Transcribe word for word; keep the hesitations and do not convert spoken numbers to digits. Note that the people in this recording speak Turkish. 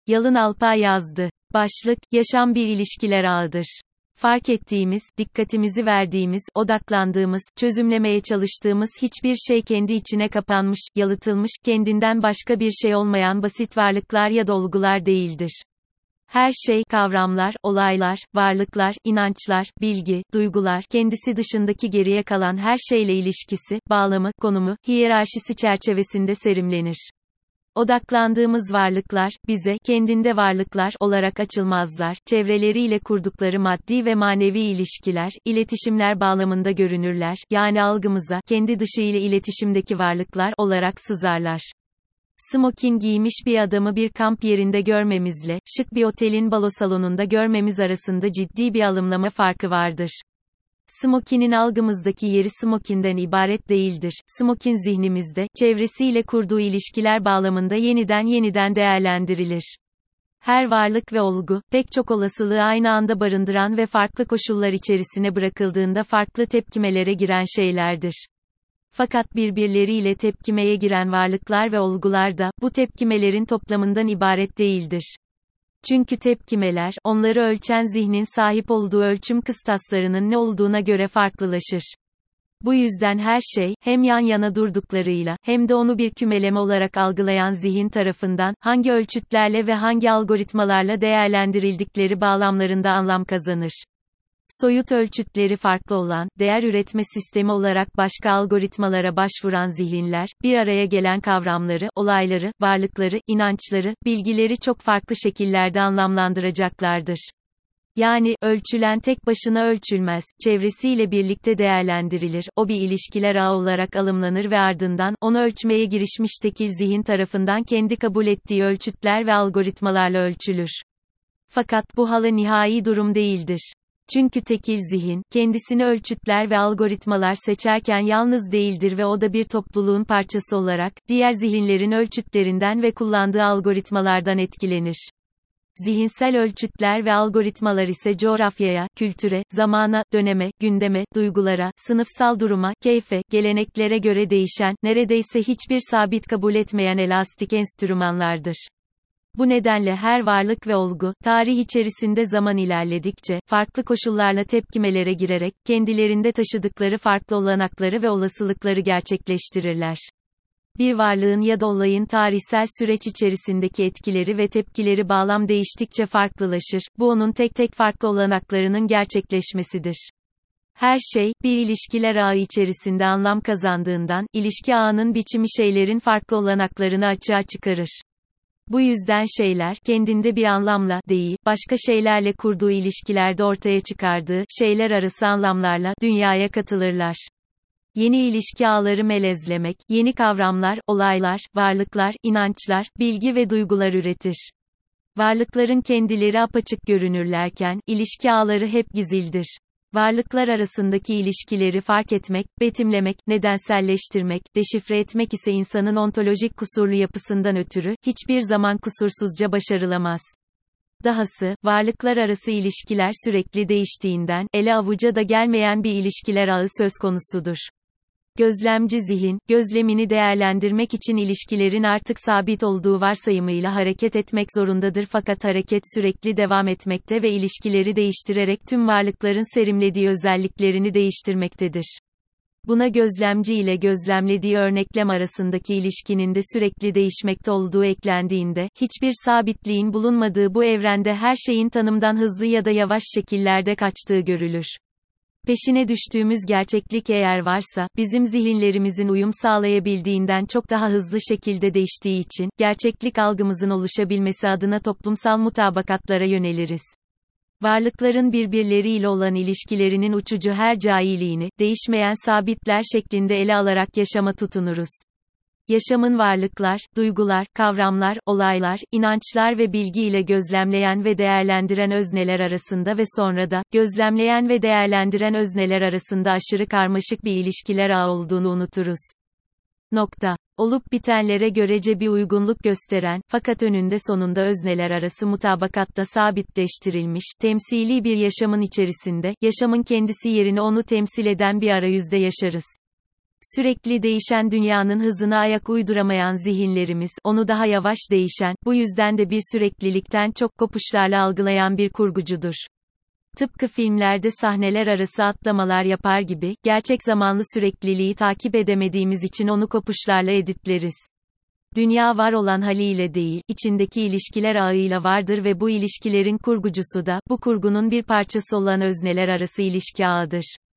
Yalın Alpay yazdı. Başlık, yaşam bir ilişkiler ağıdır. Fark ettiğimiz, dikkatimizi verdiğimiz, odaklandığımız, çözümlemeye çalıştığımız hiçbir şey kendi içine kapanmış, yalıtılmış, kendinden başka bir şey olmayan basit varlıklar ya da olgular değildir. Her şey, kavramlar, olaylar, varlıklar, inançlar, bilgi, duygular, kendisi dışındaki geriye kalan her şeyle ilişkisi, bağlamı, konumu, hiyerarşisi çerçevesinde serimlenir. Odaklandığımız varlıklar, bize, kendinde varlıklar olarak açılmazlar, çevreleriyle kurdukları maddi ve manevi ilişkiler, iletişimler bağlamında görünürler, yani algımıza, kendi dışı ile iletişimdeki varlıklar olarak sızarlar. Smokin giymiş bir adamı bir kamp yerinde görmemizle, şık bir otelin balo salonunda görmemiz arasında ciddi bir alımlama farkı vardır. Smokinin algımızdaki yeri smokinden ibaret değildir. Smokin zihnimizde, çevresiyle kurduğu ilişkiler bağlamında yeniden yeniden değerlendirilir. Her varlık ve olgu, pek çok olasılığı aynı anda barındıran ve farklı koşullar içerisine bırakıldığında farklı tepkimelere giren şeylerdir. Fakat birbirleriyle tepkimeye giren varlıklar ve olgular da, bu tepkimelerin toplamından ibaret değildir. Çünkü tepkimeler, onları ölçen zihnin sahip olduğu ölçüm kıstaslarının ne olduğuna göre farklılaşır. Bu yüzden her şey, hem yan yana durduklarıyla, hem de onu bir kümeleme olarak algılayan zihin tarafından, hangi ölçütlerle ve hangi algoritmalarla değerlendirildikleri bağlamlarında anlam kazanır. Soyut ölçütleri farklı olan, değer üretme sistemi olarak başka algoritmalara başvuran zihinler, bir araya gelen kavramları, olayları, varlıkları, inançları, bilgileri çok farklı şekillerde anlamlandıracaklardır. Yani, ölçülen tek başına ölçülmez, çevresiyle birlikte değerlendirilir, o bir ilişkiler ağı olarak alımlanır ve ardından, onu ölçmeye girişmiş tekil zihin tarafından kendi kabul ettiği ölçütler ve algoritmalarla ölçülür. Fakat bu hala nihai durum değildir. Çünkü tekil zihin, kendisini ölçütler ve algoritmalar seçerken yalnız değildir ve o da bir topluluğun parçası olarak, diğer zihinlerin ölçütlerinden ve kullandığı algoritmalardan etkilenir. Zihinsel ölçütler ve algoritmalar ise coğrafyaya, kültüre, zamana, döneme, gündeme, duygulara, sınıfsal duruma, keyfe, geleneklere göre değişen, neredeyse hiçbir sabit kabul etmeyen elastik enstrümanlardır. Bu nedenle her varlık ve olgu, tarih içerisinde zaman ilerledikçe, farklı koşullarla tepkimelere girerek, kendilerinde taşıdıkları farklı olanakları ve olasılıkları gerçekleştirirler. Bir varlığın ya da olayın tarihsel süreç içerisindeki etkileri ve tepkileri bağlam değiştikçe farklılaşır, bu onun tek tek farklı olanaklarının gerçekleşmesidir. Her şey, bir ilişkiler ağı içerisinde anlam kazandığından, ilişki ağının biçimi şeylerin farklı olanaklarını açığa çıkarır. Bu yüzden şeyler, kendinde bir anlamla, değil, başka şeylerle kurduğu ilişkilerde ortaya çıkardığı, şeyler arası anlamlarla, dünyaya katılırlar. Yeni ilişki ağları melezlemek, yeni kavramlar, olaylar, varlıklar, inançlar, bilgi ve duygular üretir. Varlıkların kendileri apaçık görünürlerken, ilişki ağları hep gizildir. Varlıklar arasındaki ilişkileri fark etmek, betimlemek, nedenselleştirmek, deşifre etmek ise insanın ontolojik kusurlu yapısından ötürü, hiçbir zaman kusursuzca başarılamaz. Dahası, varlıklar arası ilişkiler sürekli değiştiğinden, ele avuca da gelmeyen bir ilişkiler ağı söz konusudur. Gözlemci zihin, gözlemini değerlendirmek için ilişkilerin artık sabit olduğu varsayımıyla hareket etmek zorundadır fakat hareket sürekli devam etmekte ve ilişkileri değiştirerek tüm varlıkların serimlediği özelliklerini değiştirmektedir. Buna gözlemci ile gözlemlediği örneklem arasındaki ilişkinin de sürekli değişmekte olduğu eklendiğinde, hiçbir sabitliğin bulunmadığı bu evrende her şeyin tanımdan hızlı ya da yavaş şekillerde kaçtığı görülür. Peşine düştüğümüz gerçeklik eğer varsa, bizim zihinlerimizin uyum sağlayabildiğinden çok daha hızlı şekilde değiştiği için, gerçeklik algımızın oluşabilmesi adına toplumsal mutabakatlara yöneliriz. Varlıkların birbirleriyle olan ilişkilerinin uçucu hercailiğini, değişmeyen sabitler şeklinde ele alarak yaşama tutunuruz. Yaşamın varlıklar, duygular, kavramlar, olaylar, inançlar ve bilgi ile gözlemleyen ve değerlendiren özneler arasında ve sonra da, gözlemleyen ve değerlendiren özneler arasında aşırı karmaşık bir ilişkiler ağı olduğunu unuturuz. Nokta. Olup bitenlere görece bir uygunluk gösteren, fakat önünde sonunda özneler arası mutabakatta sabitleştirilmiş, temsili bir yaşamın içerisinde, yaşamın kendisi yerine onu temsil eden bir arayüzde yaşarız. Sürekli değişen dünyanın hızına ayak uyduramayan zihinlerimiz, onu daha yavaş değişen, bu yüzden de bir süreklilikten çok kopuşlarla algılayan bir kurgucudur. Tıpkı filmlerde sahneler arası atlamalar yapar gibi, gerçek zamanlı sürekliliği takip edemediğimiz için onu kopuşlarla editleriz. Dünya var olan haliyle değil, içindeki ilişkiler ağıyla vardır ve bu ilişkilerin kurgucusu da, bu kurgunun bir parçası olan özneler arası ilişki ağıdır.